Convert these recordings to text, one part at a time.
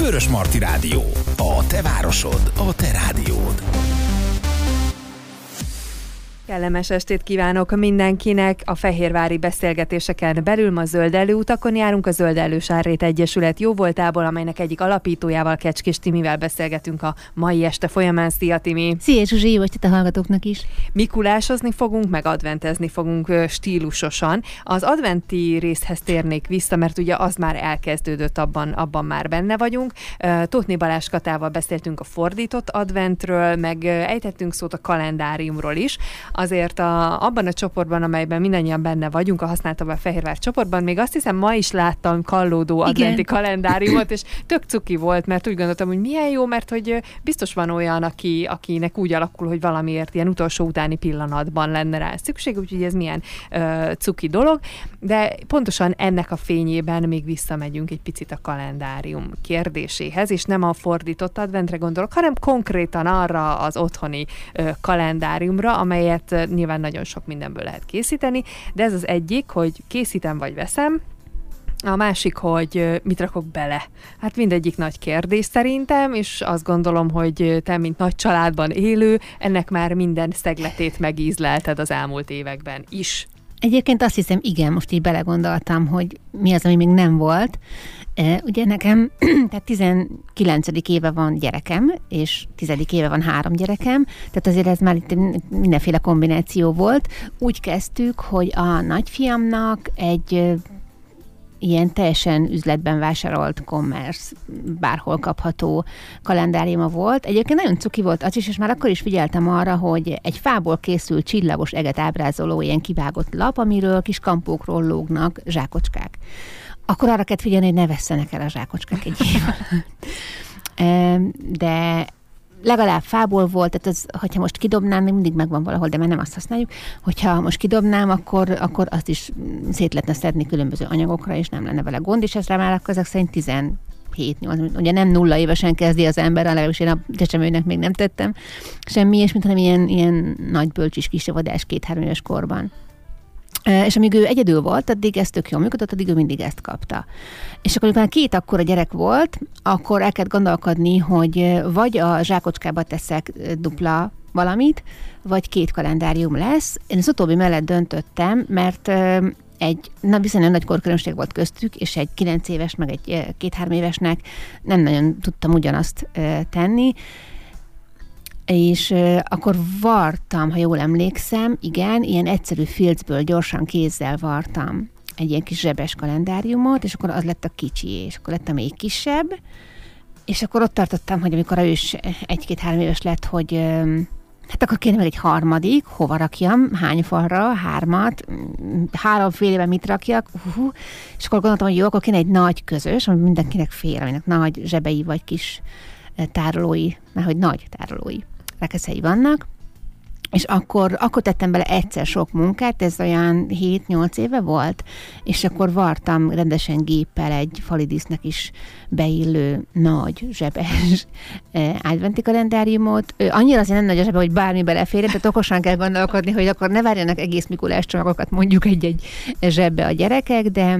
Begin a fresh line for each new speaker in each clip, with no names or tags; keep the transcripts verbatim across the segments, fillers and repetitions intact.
Vörösmarty Rádió. A te városod, a te rádiód.
Kellemes estét kívánok mindenkinek! A fehérvári beszélgetéseken belül ma zöldelő utakon járunk, a Zöldellő Sárrét Egyesület jóvoltából, amelynek egyik alapítójával, Kecskés Timivel beszélgetünk a mai este folyamán. Szia, Timi!
Szia, Zsuzsi, jó estét a hallgatóknak is!
Mikulásozni fogunk, meg adventezni fogunk stílusosan. Az adventi részhez térnék vissza, mert ugye az már elkezdődött, abban, abban már benne vagyunk. Tótné Balázs Katával beszéltünk a fordított adventről, meg ejtettünk szót a kalendáriumról is. Azért a, abban a csoportban, amelyben mindannyian benne vagyunk, a Használtam a Fehérvár csoportban, még azt hiszem ma is láttam kallódó adventi Igen. kalendáriumot, és tök cuki volt, mert úgy gondoltam, hogy milyen jó, mert hogy biztos van olyan, aki, akinek úgy alakul, hogy valamiért ilyen utolsó utáni pillanatban lenne rá szükség, úgyhogy ez milyen uh, cuki dolog, de pontosan ennek a fényében még visszamegyünk egy picit a kalendárium kérdéséhez, és nem a fordított adventre gondolok, hanem konkrétan arra az otthoni uh, kalendáriumra, amelyet nyilván nagyon sok mindenből lehet készíteni, de ez az egyik, hogy készítem vagy veszem, a másik, hogy mit rakok bele. Hát mindegyik nagy kérdés szerintem, és azt gondolom, hogy te, mint nagy családban élő, ennek már minden szegletét megízlelted az elmúlt években is.
Egyébként azt hiszem, igen, most így belegondoltam, hogy mi az, ami még nem volt. Ugye nekem, tehát tizenkilencedik éve van gyerekem, és tizedik éve van három gyerekem, tehát azért ez már itt mindenféle kombináció volt. Úgy kezdtük, hogy a nagyfiamnak egy ilyen teljesen üzletben vásárolt commerce, bárhol kapható kalendáriuma volt. Egyébként nagyon cuki volt az is, és már akkor is figyeltem arra, hogy egy fából készült csillagos eget ábrázoló ilyen kivágott lap, amiről kis kampókról lógnak zsákocskák. Akkor arra kell figyelni, hogy ne vesszenek el a zsákocskák egy év alatt. De legalább fából volt, tehát az, hogyha most kidobnám, még mindig megvan valahol, de már nem azt használjuk, hogyha most kidobnám, akkor, akkor azt is szét lehetne szedni különböző anyagokra, és nem lenne vele gond, és ez rá már ezek szerint tizenhét nyolc, ugye nem nulla évesen kezdi az ember, legalábbis én a csecsemőnek még nem tettem semmi ilyesmit, hanem ilyen, ilyen nagy bölcsis kisavadás két-három éves korban. És amíg ő egyedül volt, addig ez tök jól működött, addig ő mindig ezt kapta. És akkor, amikor két akkora gyerek volt, akkor el kellett gondolkodni, hogy vagy a zsákocskába teszek dupla valamit, vagy két kalendárium lesz. Én az utóbbi mellett döntöttem, mert egy na, viszonylag nagy korkülönbség volt köztük, és egy kilenc éves, meg egy két-három évesnek nem nagyon tudtam ugyanazt tenni, és uh, akkor vartam, ha jól emlékszem, igen, ilyen egyszerű filcből gyorsan kézzel vartam egy ilyen kis zsebes kalendáriumot, és akkor az lett a kicsi, és akkor lett a még kisebb, és akkor ott tartottam, hogy amikor ő is egy-két-három éves lett, hogy um, hát akkor kéne meg egy harmadik, hova rakjam, hány falra, hármat, háromfélében mit rakjak, uh, és akkor gondoltam, hogy jó, akkor kéne egy nagy közös, ami mindenkinek fér, aminek nagy zsebei vagy kis tárolói, mert hogy nagy tárolói rekeszei vannak, és akkor, akkor tettem bele egyszer sok munkát, ez olyan hét-nyolc éve volt, és akkor vartam rendesen géppel egy falidísznek is beillő nagy zsebes adventi kalendáriumot. Annyira azért nem nagy a zsebe, hogy bármi beleférjen, tehát okosan kell gondolkodni, hogy akkor ne várjanak egész Mikulás csomagokat mondjuk egy-egy zsebbe a gyerekek, de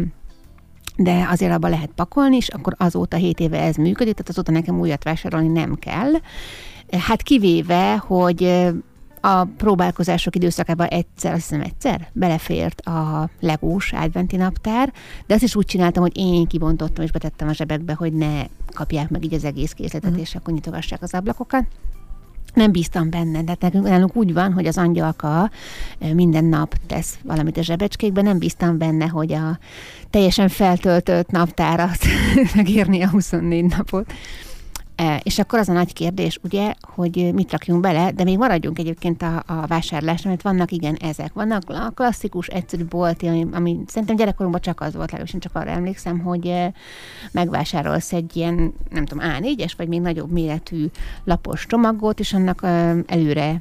de azért abban lehet pakolni, és akkor azóta hét éve ez működik, tehát azóta nekem újat vásárolni nem kell. Hát kivéve, hogy a próbálkozások időszakában egyszer, azt hiszem egyszer, belefért a legós adventi naptár, de azt is úgy csináltam, hogy én kibontottam és betettem a zsebekbe, hogy ne kapják meg így az egész készletet, mm. és akkor nyitogassák az ablakokat. Nem bíztam benne, de nekünk nálunk úgy van, hogy az angyalka minden nap tesz valamit a zsebecskékben, nem bíztam benne, hogy a teljesen feltöltött naptárat megírni a huszonnégy napot. E, és akkor az a nagy kérdés, ugye, hogy mit rakjunk bele, de még maradjunk egyébként a, a vásárlásra, mert vannak igen ezek. Vannak a klasszikus, egyszerű bolti, ami, ami szerintem gyerekkorunkban csak az volt, legalábbis én csak arra emlékszem, hogy e, megvásárolsz egy ilyen, nem tudom, á négyes, vagy még nagyobb méretű lapos csomagot, és annak e, előre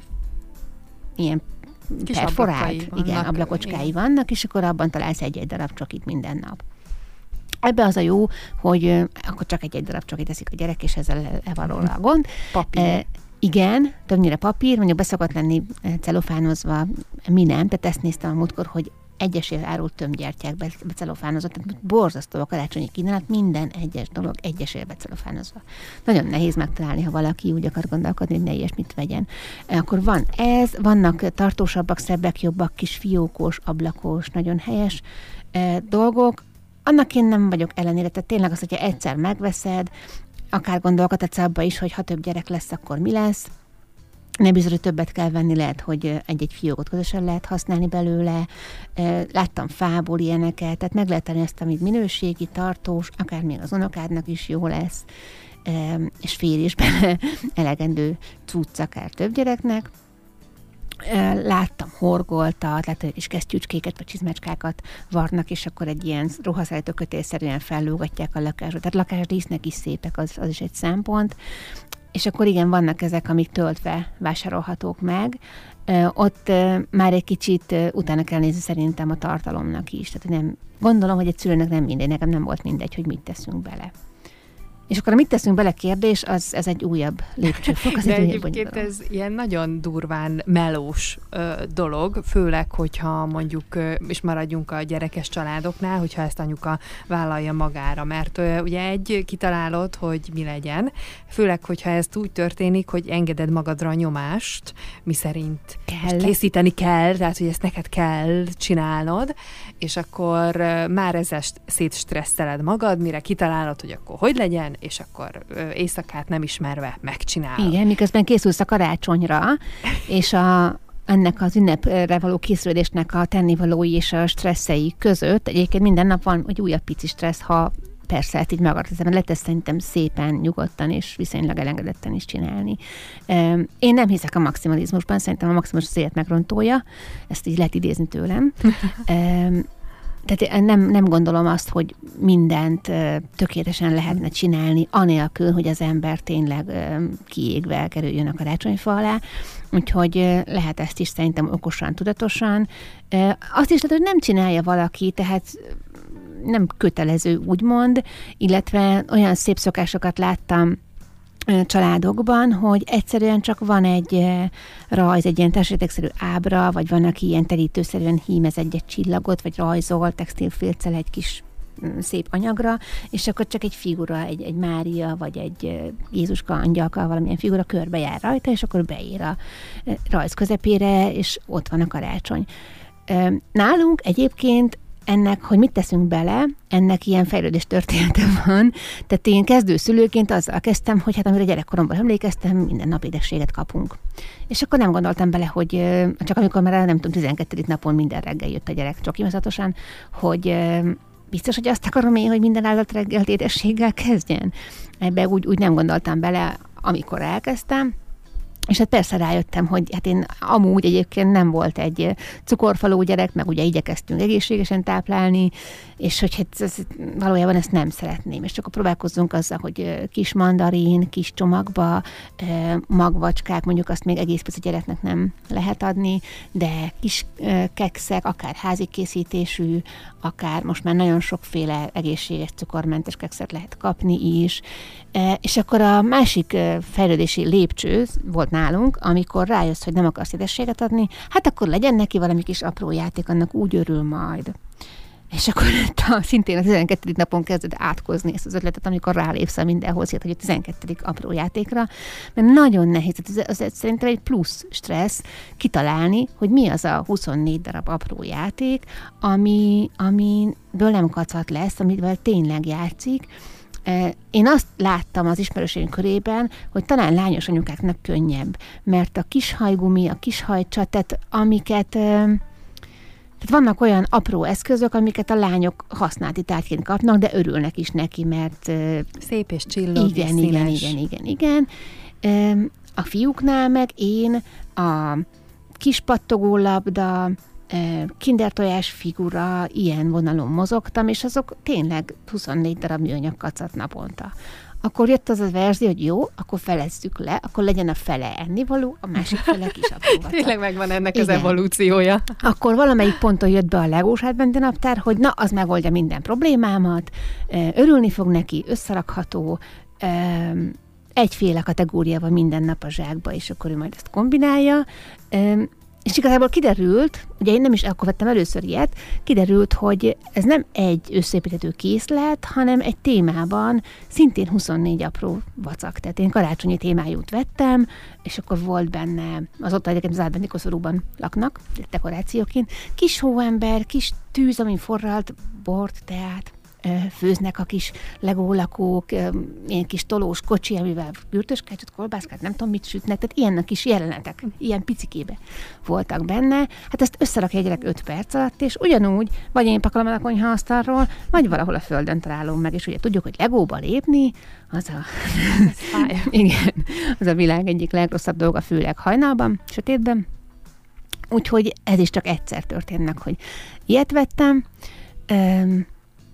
ilyen
kis
perforált, igen, ablakocskái igen. vannak, és akkor abban találsz egy-egy darab csokit minden nap. Ebbe az a jó, hogy uh, akkor csak egy-egy darab csokit teszik a gyerek, és ezzel le van róla a gond.
Papír. E,
igen, többnyire papír, mondjuk beszokott lenni celofánozva, mi nem, tehát ezt néztem a múltkor, hogy egyesével árult tömbgyertyák be, becelofánozva, tehát borzasztó a karácsonyi kínálat, minden egyes dolog egyesével becelofánozva. Nagyon nehéz megtalálni, ha valaki úgy akar gondolkodni, hogy ne ilyesmit vegyen. Akkor van ez, vannak tartósabbak, szebbek, jobbak, kis fiókos, ablakos, nagyon helyes eh, dolgok. Annak én nem vagyok ellenére, tehát tényleg az, hogyha egyszer megveszed, akár gondolkodhatsz abba is, hogy ha több gyerek lesz, akkor mi lesz. Nem biztos, hogy többet kell venni, lehet, hogy egy-egy fiókot közösen lehet használni belőle. Láttam fából ilyeneket, tehát meg lehet tenni ezt, amit minőségi, tartós, akár még az unokádnak is jó lesz, és fér is bele elegendő cucc akár több gyereknek. Láttam horgoltat, láttam, hogy is kesztyűcskéket vagy csizmecskákat varnak, és akkor egy ilyen ruhaszállító kötélszerűen fellógatják a lakásot. Tehát lakásdísznek is szépek, az, az is egy szempont. És akkor igen, vannak ezek, amik töltve vásárolhatók meg. Ott már egy kicsit utána kell nézni szerintem a tartalomnak is. Tehát nem, gondolom, hogy egy szülőnek nem mindegy, nekem nem volt mindegy, hogy mit teszünk bele. És akkor a mit teszünk bele kérdés, az ez egy újabb lépcsőfok. Az
de
egy
egyébként ez ilyen nagyon durván melós ö, dolog, főleg, hogyha mondjuk, ö, és maradjunk a gyerekes családoknál, hogyha ezt anyuka vállalja magára, mert ö, ugye egy kitalálod, hogy mi legyen, főleg, hogyha ez úgy történik, hogy engeded magadra a nyomást, mi szerint
kell.
készíteni kell, tehát, hogy ezt neked kell csinálnod, és akkor ö, már ezzel szétstresszeled magad, mire kitalálod, hogy akkor hogy legyen, és akkor ö, éjszakát nem ismerve megcsinálod.
Igen, miközben készülsz a karácsonyra, és a, ennek az ünnepre való készülésnek a tennivalói és a stresszei között egyébként minden nap van egy újabb pici stressz, ha persze, hát így megadtam, lehet ezt szerintem szépen, nyugodtan és viszonylag elengedetten is csinálni. Én nem hiszek a maximalizmusban, szerintem a maximalizmus az élet megrontója, ezt így lehet idézni tőlem. Tehát nem, nem gondolom azt, hogy mindent tökéletesen lehetne csinálni, anélkül, hogy az ember tényleg kiégve kerüljön a karácsonyfa alá. Úgyhogy lehet ezt is szerintem okosan, tudatosan. Azt is lehet, hogy nem csinálja valaki, tehát nem kötelező, úgymond, illetve olyan szép szokásokat láttam családokban, hogy egyszerűen csak van egy rajz, egy ilyen testrétegszerű ábra, vagy van, aki ilyen terítőszerűen hímez egy-egy csillagot, vagy rajzol textilfilccel egy kis szép anyagra, és akkor csak egy figura, egy, egy Mária, vagy egy Jézuska angyalka, valamilyen figura körbe jár rajta, és akkor beír a rajz közepére, és ott van a karácsony. Nálunk egyébként ennek, hogy mit teszünk bele, ennek ilyen fejlődés története van. Tehát én kezdőszülőként azzal kezdtem, hogy hát amire gyerekkoromban emlékeztem, minden nap édességet kapunk. És akkor nem gondoltam bele, hogy csak amikor már nem tudom, tizenkettedik napon minden reggel jött a gyerek csokimaszatosan, hogy biztos, hogy azt akarom én, hogy minden áldott reggelt édességgel kezdjen. Ebbe úgy, úgy nem gondoltam bele, amikor elkezdtem. És hát persze rájöttem, hogy hát én amúgy egyébként nem volt egy cukorfaló gyerek, meg ugye igyekeztünk egészségesen táplálni, és hogy hát ez, valójában ezt nem szeretném. És csak próbálkozzunk azzal, hogy kis mandarin, kis csomagba, magvacskák, mondjuk azt még egész pici gyereknek nem lehet adni, de kis kekszek, akár házi készítésű, akár most már nagyon sokféle egészséges cukormentes kekszet lehet kapni is. És akkor a másik fejlődési lépcső volt nálunk, amikor rájössz, hogy nem akarsz édességet adni, hát akkor legyen neki valami kis apró játék, annak úgy örül majd. És akkor szintén a tizenkettedik napon kezded átkozni ezt az ötletet, amikor rálépsz a mindenhoz, hogy a tizenkettedik apró játékra, mert nagyon nehéz, ez, az, az szerintem egy plusz stressz kitalálni, hogy mi az a huszonnégy darab apró játék, ami, amiből nem kacat lesz, amivel tényleg játszik. Én azt láttam az ismerőségünk körében, hogy talán lányos anyukáknak könnyebb, mert a kis hajgumi, a kis hajcsa, tehát amiket, tehát vannak olyan apró eszközök, amiket a lányok használati tárgyként kapnak, de örülnek is neki, mert
szép és csillog,
igen,
és
igen, igen, igen, igen. A fiúknál meg én a kis pattogólabda, kindertojás figura, ilyen vonalon mozogtam, és azok tényleg huszonnégy darab műanyag kacat naponta. Akkor jött az a verzió, hogy jó, akkor felezzük le, akkor legyen a fele ennivaló, a másik fele kis apró vacak.
Tényleg megvan ennek
igen.
Az evolúciója.
Akkor valamelyik ponton jött be a legós adventi naptár, hogy na, az megoldja minden problémámat, örülni fog neki, összerakható, egyféle kategóriával minden nap a zsákba, és akkor ő majd ezt kombinálja. És igazából kiderült, ugye én nem is akkor vettem először ilyet, kiderült, hogy ez nem egy összeépíthető készlet, hanem egy témában szintén huszonnégy apró vacak. Tehát én karácsonyi témájút vettem, és akkor volt benne, az ott egyébként az adventi koszorúban laknak, dekorációként, kis hóember, kis tűz, amin forralt bort, teát, főznek a kis lególakók, ilyen kis tolós kocsi, amivel bürtöskácsot, kolbászkát, nem tudom mit sütnek, tehát ilyennek kis jelenetek, ilyen picikébe voltak benne. Hát ezt összerakja egy gyerek öt perc alatt, és ugyanúgy, vagy én pakolom el a konyhaasztalról, vagy valahol a földön találom meg, és ugye tudjuk, hogy Legóba lépni, az a, igen, az a világ egyik legrosszabb dolga, főleg hajnalban, sötétben. Úgyhogy ez is csak egyszer történt meg, hogy ilyet vettem. Um,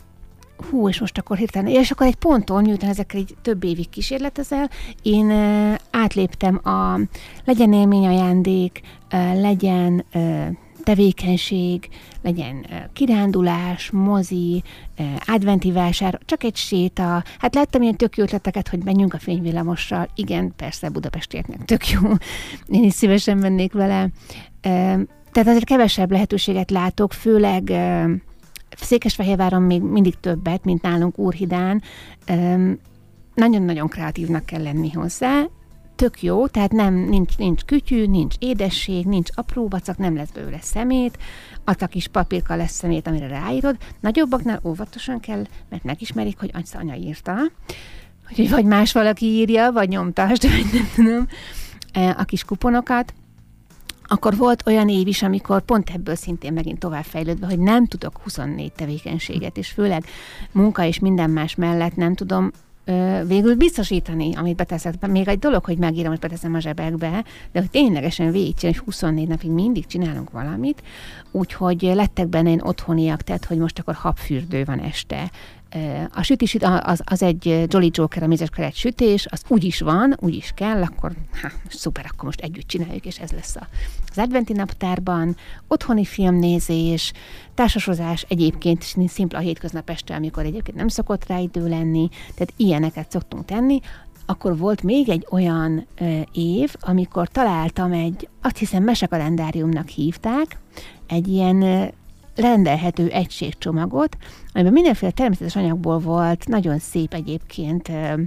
Hú, és most akkor hirtelen, és akkor egy ponton, miután ezekkel így több évig kísérletezel, én uh, átléptem a legyen élményajándék, uh, legyen uh, tevékenység, legyen uh, kirándulás, mozi, uh, adventi vásár, csak egy séta. Hát láttam ilyen tök jó ötleteket, hogy menjünk a fényvillamossal. Igen, persze, budapestieknek tök jó. Én is szívesen mennék vele. Uh, tehát azért kevesebb lehetőséget látok, főleg uh, Székesfehérváron még mindig többet, mint nálunk Úrhidán. Üm, nagyon-nagyon kreatívnak kell lenni hozzá. Tök jó, tehát nem, nincs, nincs kütyű, nincs édesség, nincs apró vacak, nem lesz belőle szemét, az a kis papírka lesz szemét, amire ráírod. Nagyobbaknál óvatosan kell, mert megismerik, hogy anya írta, hogy vagy más valaki írja, vagy nyomtasd, vagy nem tudom, a kis kuponokat. Akkor volt olyan év is, amikor pont ebből szintén megint továbbfejlődve, hogy nem tudok huszonnégy tevékenységet, és főleg munka és minden más mellett nem tudom ö, végül biztosítani, amit beteszek. Még egy dolog, hogy megírom, és beteszem a zsebekbe, de hogy ténylegesen végigcsinálni, hogy huszonnégy napig mindig csinálunk valamit, úgyhogy lettek benne én otthoniak, tehát hogy most akkor habfürdő van este. A sütés az, az egy Jolly Joker, a mézeskeret sütés, az úgy is van, úgy is kell, akkor hát, szuper, akkor most együtt csináljuk, és ez lesz az adventi naptárban, otthoni filmnézés, társasozás egyébként szimpla a hétköznap este, amikor egyébként nem szokott rá idő lenni, tehát ilyeneket szoktunk tenni. Akkor volt még egy olyan ö, év, amikor találtam egy, azt hiszem mesekalendáriumnak hívták, egy ilyen ö, rendelhető egységcsomagot, amiben mindenféle természetes anyagból volt, nagyon szép egyébként ö,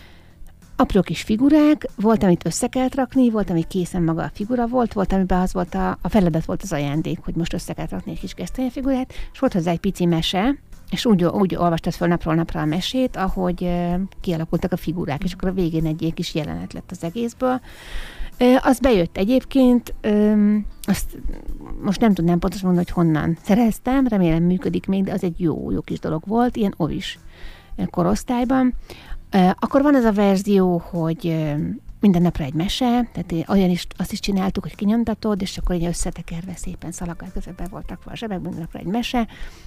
apró kis figurák, volt, amit össze kellett rakni, volt, ami készen maga a figura volt, volt, amiben az volt a, a feladat volt az ajándék, hogy most össze kellett rakni egy kis gesztenyefigurát, és volt hozzá egy pici mese, és úgy, úgy olvastad fel napról napra a mesét, ahogy uh, kialakultak a figurák, és akkor a végén egy ilyen kis jelenet lett az egészből. Uh, az bejött egyébként, um, azt most nem tudnám pontosan mondani, hogy honnan szereztem, remélem működik még, de az egy jó, jó kis dolog volt, ilyen ovis korosztályban. Uh, akkor van ez a verzió, hogy uh, minden napra egy mese, tehát olyan is, azt is csináltuk, hogy kinyomtatod, és akkor így összetekerve szépen szalaggal közben voltak a zsebek, minden napra egy mese.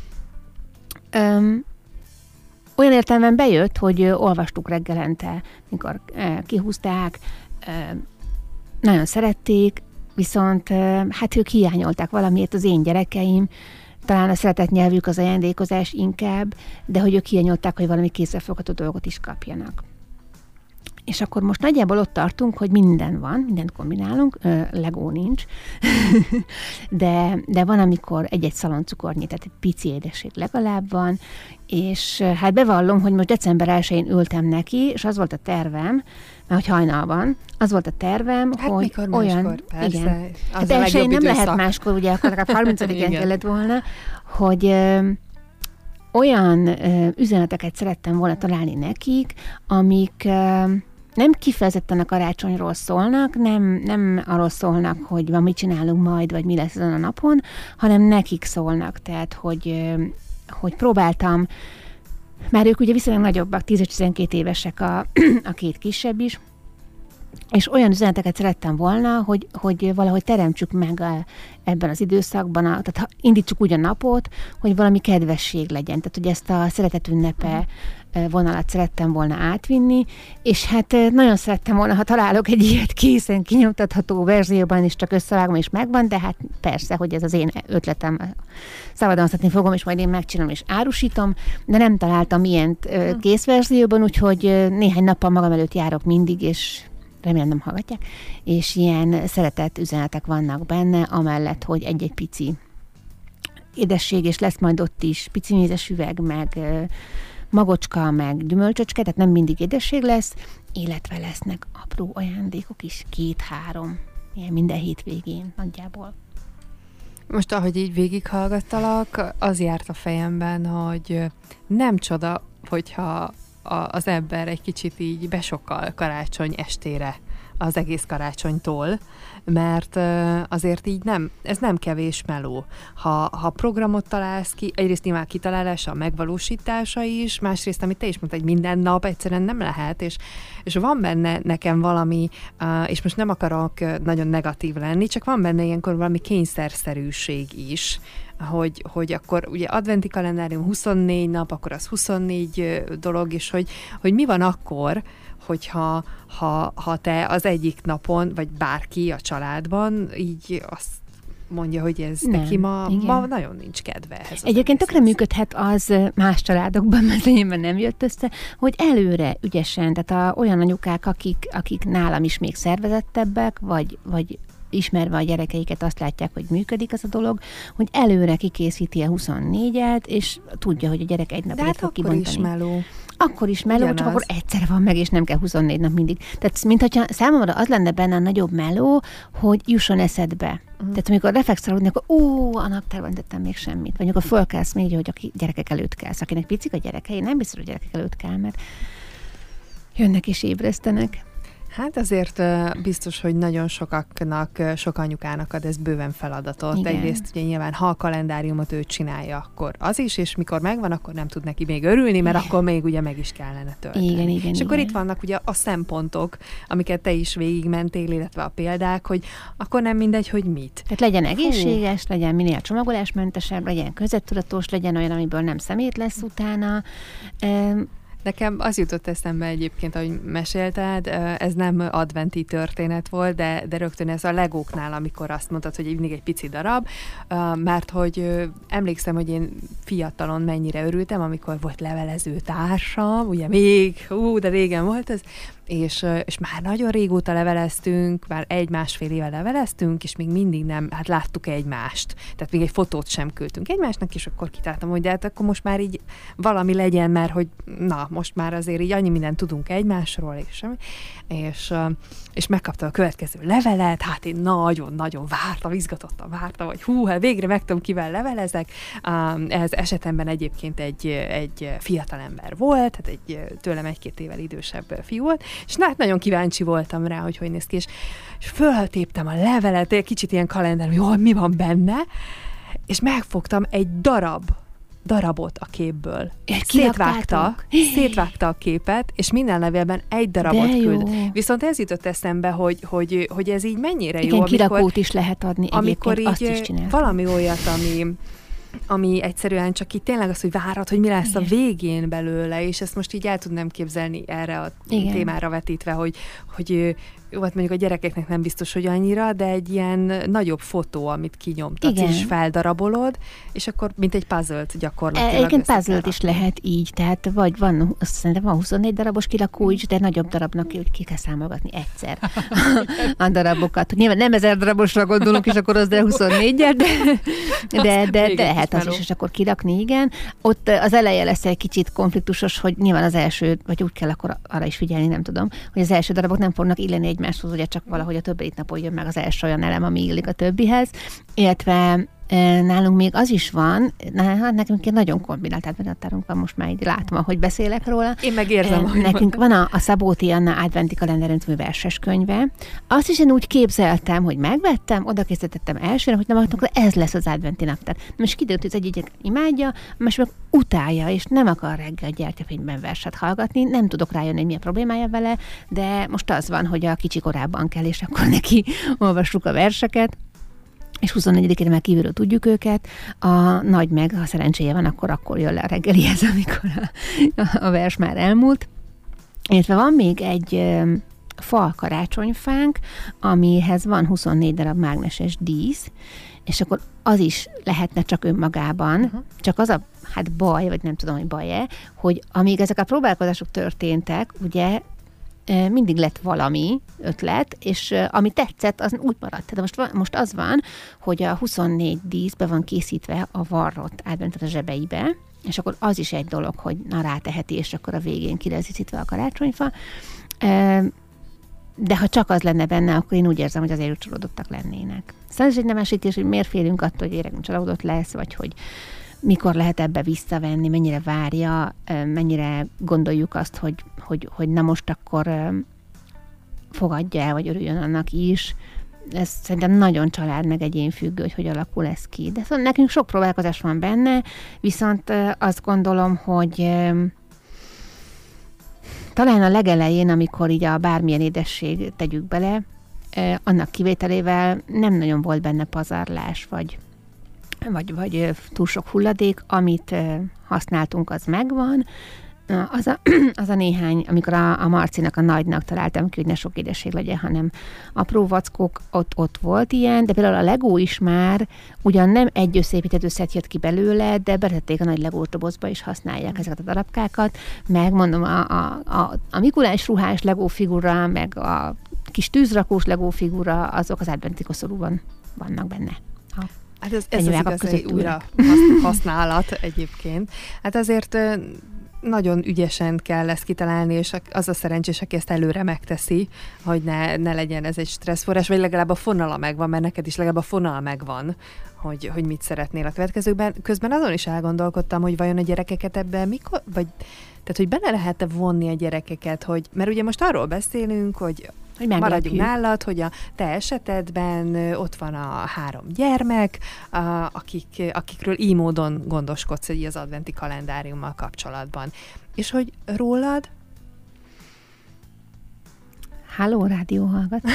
Um, olyan értelemben bejött, hogy uh, olvastuk reggelente, mikor uh, kihúzták, uh, nagyon szerették, viszont uh, hát ők hiányolták valamiért, az én gyerekeim, talán a szeretett nyelvük az ajándékozás inkább, de hogy ők hiányolták, hogy valami kézzelfogható dolgot is kapjanak. És akkor most nagyjából ott tartunk, hogy minden van, mindent kombinálunk, Legó nincs, de, de van, amikor egy-egy szaloncukornyi, tehát egy pici édesség legalább van, és hát bevallom, hogy most december elsején ültem neki, és az volt a tervem, mert hogy hajnalban, az volt a tervem,
hát
hogy
mikor
olyan...
máskor, persze.
Igen.
Az
hát
a
elsején nem
időszak.
lehet máskor, ugye akkor legalább harmincadikán kellett volna, hogy... Ö, olyan ö, üzeneteket szerettem volna találni nekik, amik ö, nem kifejezetten a karácsonyról szólnak, nem, nem arról szólnak, hogy van, mit csinálunk majd, vagy mi lesz azon a napon, hanem nekik szólnak. Tehát, hogy, ö, hogy próbáltam, már ők ugye viszonylag nagyobbak, tíz és tizenkét évesek a, a két kisebb is, és olyan üzeneteket szerettem volna, hogy, hogy valahogy teremtsük meg a, ebben az időszakban, a, tehát indítsuk úgy a napot, hogy valami kedvesség legyen. Tehát, hogy ezt a szeretet ünnepe vonalat szerettem volna átvinni, és hát nagyon szerettem volna, ha találok egy ilyet készen kinyomtatható verzióban, és csak összevágom, és megvan, de hát persze, hogy ez az én ötletem, szabadalmaztatni fogom, és majd én megcsinálom, és árusítom, de nem találtam ilyent kész verzióban, úgyhogy néhány nappal magam előtt járok mindig, és remélem nem hallgatják, és ilyen szeretett üzenetek vannak benne, amellett, hogy egy-egy pici édesség, és lesz majd ott is pici mézes üveg, meg magocska, meg gyümölcsöcske, tehát nem mindig édesség lesz, illetve lesznek apró ajándékok is, két-három, ilyen minden hétvégén nagyjából.
Most, ahogy így végighallgattalak, az járt a fejemben, hogy nem csoda, hogyha az ember egy kicsit így besokkal karácsony estére az egész karácsonytól, mert azért így nem, ez nem kevés meló. Ha, ha programot találsz ki, egyrészt nyilván kitalálása, a megvalósítása is, másrészt, amit te is mondtad, hogy minden nap egyszerűen nem lehet, és, és van benne nekem valami, és most nem akarok nagyon negatív lenni, csak van benne ilyenkor valami kényszerszerűség is, hogy, hogy akkor ugye adventi kalendárium huszonnégy nap, akkor az huszonnégy dolog, és hogy, hogy mi van akkor, hogyha ha, ha te az egyik napon, vagy bárki a családban így azt mondja, hogy ez nem, neki ma, ma nagyon nincs kedve ehhez.
Egyébként tökre működhet az más családokban, mert enyémben nem jött össze, hogy előre ügyesen, tehát a, olyan anyukák, akik, akik nálam is még szervezettebbek, vagy, vagy ismerve a gyerekeiket azt látják, hogy működik az a dolog, hogy előre kikészíti a huszonnégyet, és tudja, hogy a gyerek egy napot
hát
fog kibontani.
Is meló.
Akkor is meló, ugyanaz. Csak akkor egyszer van meg, és nem kell huszonnégy nap mindig. Tehát, mint hogyha számomra az lenne benne a nagyobb meló, hogy jusson eszedbe. Uh-huh. Tehát amikor reflexzel aludni, akkor ó, a naptárban tettem még semmit. Vagy akkor fölkelsz még, hogy a gyerekek előtt kelsz. Akinek picik a gyerekei, nem biztos, hogy gyerekek előtt kell, mert jönnek és ébresztenek.
Hát azért biztos, hogy nagyon sokaknak, sok anyukának ad ez bőven feladatot. Igen. Egyrészt ugye nyilván, ha a kalendáriumot ő csinálja, akkor az is, és mikor megvan, akkor nem tud neki még örülni, mert igen. akkor még ugye meg is kellene tölteni.
Igen, igen,
és
igen.
akkor itt vannak ugye a szempontok, amiket te is végigmentél, illetve a példák, hogy akkor nem mindegy, hogy mit.
Tehát legyen egészséges, Hú. legyen minél csomagolásmentesebb, legyen közvettudatos, legyen olyan, amiből nem szemét lesz utána. Um,
Nekem az jutott eszembe egyébként, ahogy mesélted, ez nem adventi történet volt, de, de rögtön ez a legóknál, amikor azt mondtad, hogy mindig egy pici darab, mert hogy emlékszem, hogy én fiatalon mennyire örültem, amikor volt levelező társam, ugye még, ú, de régen volt ez, és, és már nagyon régóta leveleztünk, már egy-másfél éve leveleztünk, és még mindig nem, hát láttuk egymást. Tehát még egy fotót sem küldtünk egymásnak, és akkor kitáltam, hogy de hát akkor most már így valami legyen, mert hogy na, most már azért így annyi mindent tudunk egymásról, és semmi. És, és megkaptam a következő levelet, hát én nagyon-nagyon vártam, izgatottan vártam, hogy hú, hát végre megtudom, kivel levelezek. Ez esetemben egyébként egy, egy fiatalember volt, hát egy tőlem egy-két évvel idősebb fiú volt, és hát nagyon kíváncsi voltam rá, hogy hogy néz ki, és, és föltéptem a levelet, egy kicsit ilyen kalendár, hogy jó, mi van benne, és megfogtam egy darab darabot a képből. Szétvágta, szétvágta a képet, és minden levélben egy darabot küld. Viszont ez jutott eszembe, hogy, hogy, hogy ez így mennyire
igen,
jó,
amikor, kirakót is lehet adni
amikor így
azt is
valami olyat, ami ami egyszerűen csak így tényleg az, hogy várod, hogy mi lesz igen. a végén belőle, és ezt most így el tudnám képzelni erre a igen. témára vetítve, hogy, hogy jó, hát mondjuk a gyerekeknek nem biztos, hogy annyira, de egy ilyen nagyobb fotó, amit kinyomtatsz, igen. és feldarabolod, és akkor mint egy puzzle-t gyakorlatilag.
Egyébként puzzle-t is lehet így, tehát vagy van, szerintem van huszonnégy darabos kilakó is, de nagyobb darabnak úgy ki kell számolgatni egyszer a darabokat. Nyilván nem ezer darabosra gondolunk, és akkor az de huszonnégyel, de, de, de, de lehet az is, és akkor kirakni, igen. Ott az eleje lesz egy kicsit konfliktusos, hogy nyilván az első, vagy úgy kell akkor arra is figyelni, nem tudom, hogy az első darabok nem fognak illeni egymáshoz, ugye csak valahogy a többi napon jön meg az első olyan elem, ami illik a többihez, illetve nálunk még az is van, hát nekünk nagyon kombinált adventárunk van, most már így látom, ahogy beszélek róla.
Én megérzem.
Nekünk van a, a Szabóti Anna adventi kalendárium című verses könyve. Azt is én úgy képzeltem, hogy megvettem, oda készítettem elsőre, hogy nem akkor ez lesz az adventi naptár. Most kiderült, hogy az egyik imádja, most meg utálja, és nem akar reggel gyertyafényben verset hallgatni, nem tudok rájönni, hogy mi a problémája vele, de most az van, hogy a kicsi korábban kell, és akkor neki olvassuk a verseket. És huszonnegyedikére már kívülről tudjuk őket, a nagy meg, ha szerencséje van, akkor akkor jön le a reggelihez, amikor a, a vers már elmúlt. Illetve van még egy e, fa karácsonyfánk, amihez van huszonnégy darab mágneses dísz, és akkor az is lehetne csak önmagában, uh-huh. csak az a hát baj, vagy nem tudom, hogy baj-e, hogy amíg ezek a próbálkozások történtek, ugye mindig lett valami ötlet, és ami tetszett, az úgy maradt. Tehát most, most az van, hogy a huszonnégy díszbe van készítve a varrott advent a zsebeibe, és akkor az is egy dolog, hogy na ráteheti, és akkor a végén ki lesz díszítve a karácsonyfa. De ha csak az lenne benne, akkor én úgy érzem, hogy azért csalódottak lennének. Szóval ez egy nemesítés, hogy miért félünk attól, hogy gyerek csalódott lesz, vagy hogy mikor lehet ebbe visszavenni, mennyire várja, mennyire gondoljuk azt, hogy, hogy, hogy na most akkor fogadja el, vagy örüljön annak is. Ez szerintem nagyon család meg egyén függő, hogy hogy alakul ez ki. De szóval nekünk sok próbálkozás van benne, viszont azt gondolom, hogy talán a legelején, amikor így a bármilyen édesség tegyük bele, annak kivételével nem nagyon volt benne pazarlás, vagy Vagy, vagy túl sok hulladék, amit használtunk, az megvan. Az a, az a néhány, amikor a, a Marcinak, a nagynak találtam ki, hogy ne sok édesség legyen, hanem apró vackók, ott, ott volt ilyen, de például a Lego is már ugyan nem egy összeépített összet jött ki belőle, de betették a nagy Legós dobozba is használják ezeket a darabkákat, meg mondom, a, a, a, a Mikulás ruhás Lego figura, meg a kis tűzrakós Lego figura, azok az adventi koszorúban vannak benne. Ha.
Hát ez, ez az igazi újra használat egyébként. Hát azért nagyon ügyesen kell ezt kitalálni, és az a szerencsés, aki ezt előre megteszi, hogy ne, ne legyen ez egy stresszforrás, vagy legalább a fonala megvan, mert neked is legalább a fonal megvan, hogy, hogy mit szeretnél a következőkben. Közben azon is elgondolkodtam, hogy vajon a gyerekeket ebben mikor, vagy tehát, hogy benne lehet-e vonni a gyerekeket, hogy, mert ugye most arról beszélünk, hogy hogy maradjunk nálad, hogy a te esetedben ott van a három gyermek, a, akik, akikről így módon gondoskodsz így az adventi kalendáriummal kapcsolatban. És hogy rólad?
Halló, rádió hallgató.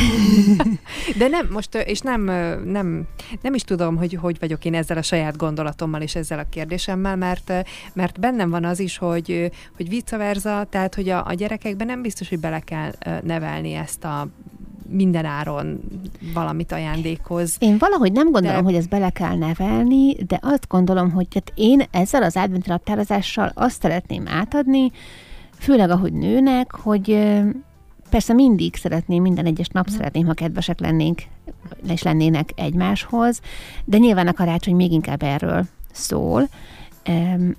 De nem, most, és nem, nem, nem is tudom, hogy hogy vagyok én ezzel a saját gondolatommal és ezzel a kérdésemmel, mert, mert bennem van az is, hogy, hogy vice versa, tehát, hogy a, a gyerekekben nem biztos, hogy bele kell nevelni ezt a minden áron valamit ajándékhoz.
Én valahogy nem gondolom, de... hogy ezt bele kell nevelni, de azt gondolom, hogy hát én ezzel az adventi naptározással azt szeretném átadni, főleg ahogy nőnek, hogy persze mindig szeretném, minden egyes nap mm. szeretném, ha kedvesek lennénk, és lennének egymáshoz, de nyilván a karácsony még inkább erről szól. Um,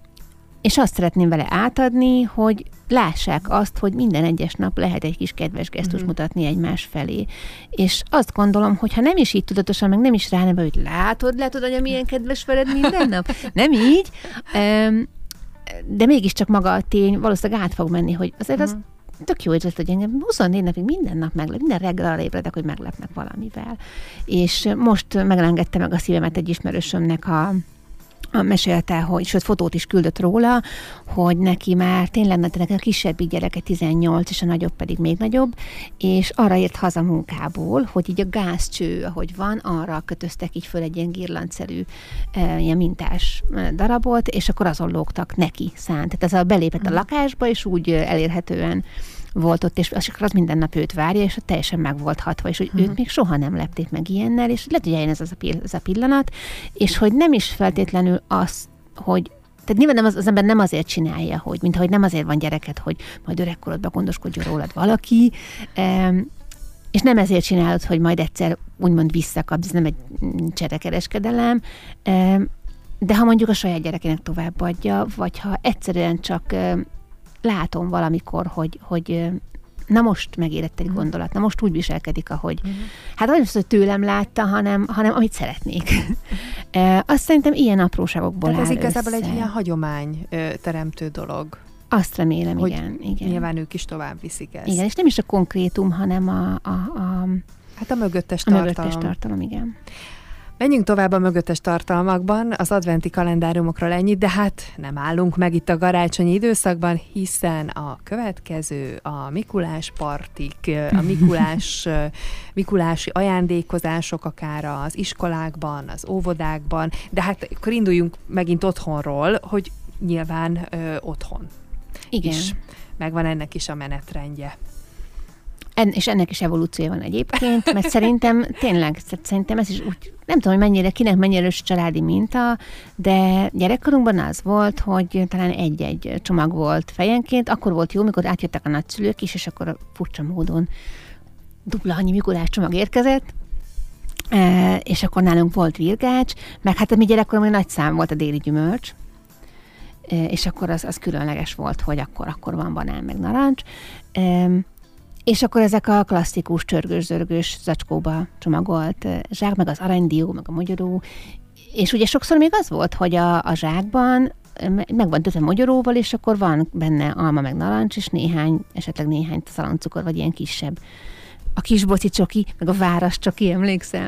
és azt szeretném vele átadni, hogy lássák azt, hogy minden egyes nap lehet egy kis kedves gesztus mm. mutatni egymás felé. És azt gondolom, hogy ha nem is így tudatosan, meg nem is ráneve, hogy látod, látod, anya, milyen kedves veled minden nap? Nem így, um, de mégiscsak maga a tény valószínűleg át fog menni, hogy azért mm. az tök jó érzett, hogy engem huszonnégy napig minden nap meglep, minden reggel arra ébredek, hogy meglepnek valamivel. És most megrengette meg a szívemet egy ismerősömnek a A mesélte, hogy, sőt, fotót is küldött róla, hogy neki már tényleg neki a kisebbik gyereke tizennyolc, és a nagyobb pedig még nagyobb, és arra ért haza munkából, hogy így a gázcső, ahogy van, arra kötöztek így föl egy ilyen girlandszerű, e, ilyen mintás darabot, és akkor azon lógtak neki szánt. Tehát ez a belépett a lakásba, és úgy elérhetően volt ott, és az minden nap őt várja, és teljesen meg volt hatva, és hogy uh-huh. őt még soha nem lepték meg ilyennel, és lehet, hogy eljön ez, az a, pill- ez a pillanat, és hogy nem is feltétlenül az, hogy tehát nyilván nem az, az ember nem azért csinálja, hogy, mint ahogy nem azért van gyereket, hogy majd öregkorodban gondoskodjon rólad valaki, um, és nem ezért csinálod, hogy majd egyszer úgymond visszakapsz, ez nem egy cserekereskedelem, um, de ha mondjuk a saját gyerekének továbbadja, vagy ha egyszerűen csak um, látom valamikor, hogy, hogy na most megérett egy gondolat, na most úgy viselkedik, ahogy, uh-huh. hát nem az, hogy tőlem látta, hanem, hanem amit szeretnék. Azt szerintem ilyen apróságokból
Tehát
áll
ez igazából
össze.
egy ilyen hagyomány teremtő dolog.
Azt remélem,
hogy
igen, igen.
Nyilván ők is tovább viszik ezt.
Igen, és nem is a konkrétum, hanem a... a, a
hát a mögöttes
a
tartalom.
mögöttes tartalom, igen.
Menjünk tovább a mögöttes tartalmakban, az adventi kalendáriumokról ennyit, de hát nem állunk meg itt a karácsonyi időszakban, hiszen a következő a Mikulás partik, a Mikulás, mikulási ajándékozások akár az iskolákban, az óvodákban, de hát akkor induljunk megint otthonról, hogy nyilván ö, otthon
Igen.
is megvan ennek is a menetrendje.
En, és ennek is evolúciója van egyébként, mert szerintem tényleg, szerintem ez is úgy, nem tudom, hogy mennyire, kinek mennyire erős családi minta, de gyerekkorunkban az volt, hogy talán egy-egy csomag volt fejenként, akkor volt jó, mikor átjöttek a nagyszülők is, és akkor furcsa módon dupla annyi Mikulás csomag érkezett, e, és akkor nálunk volt virgács, meg hát a mi gyerekkorunkban nagy szám volt a déli gyümölcs, e, és akkor az, az különleges volt, hogy akkor, akkor van banán, meg narancs, e, és akkor ezek a klasszikus csörgős-zörgős zacskóba csomagolt zsák, meg az aranydió, meg a mogyoró, és ugye sokszor még az volt, hogy a, a zsákban meg van tötve mogyoróval, és akkor van benne alma, meg narancs, és néhány, esetleg néhány szaloncukor, vagy ilyen kisebb. A kisboci csoki, meg a váras csoki, emlékszel?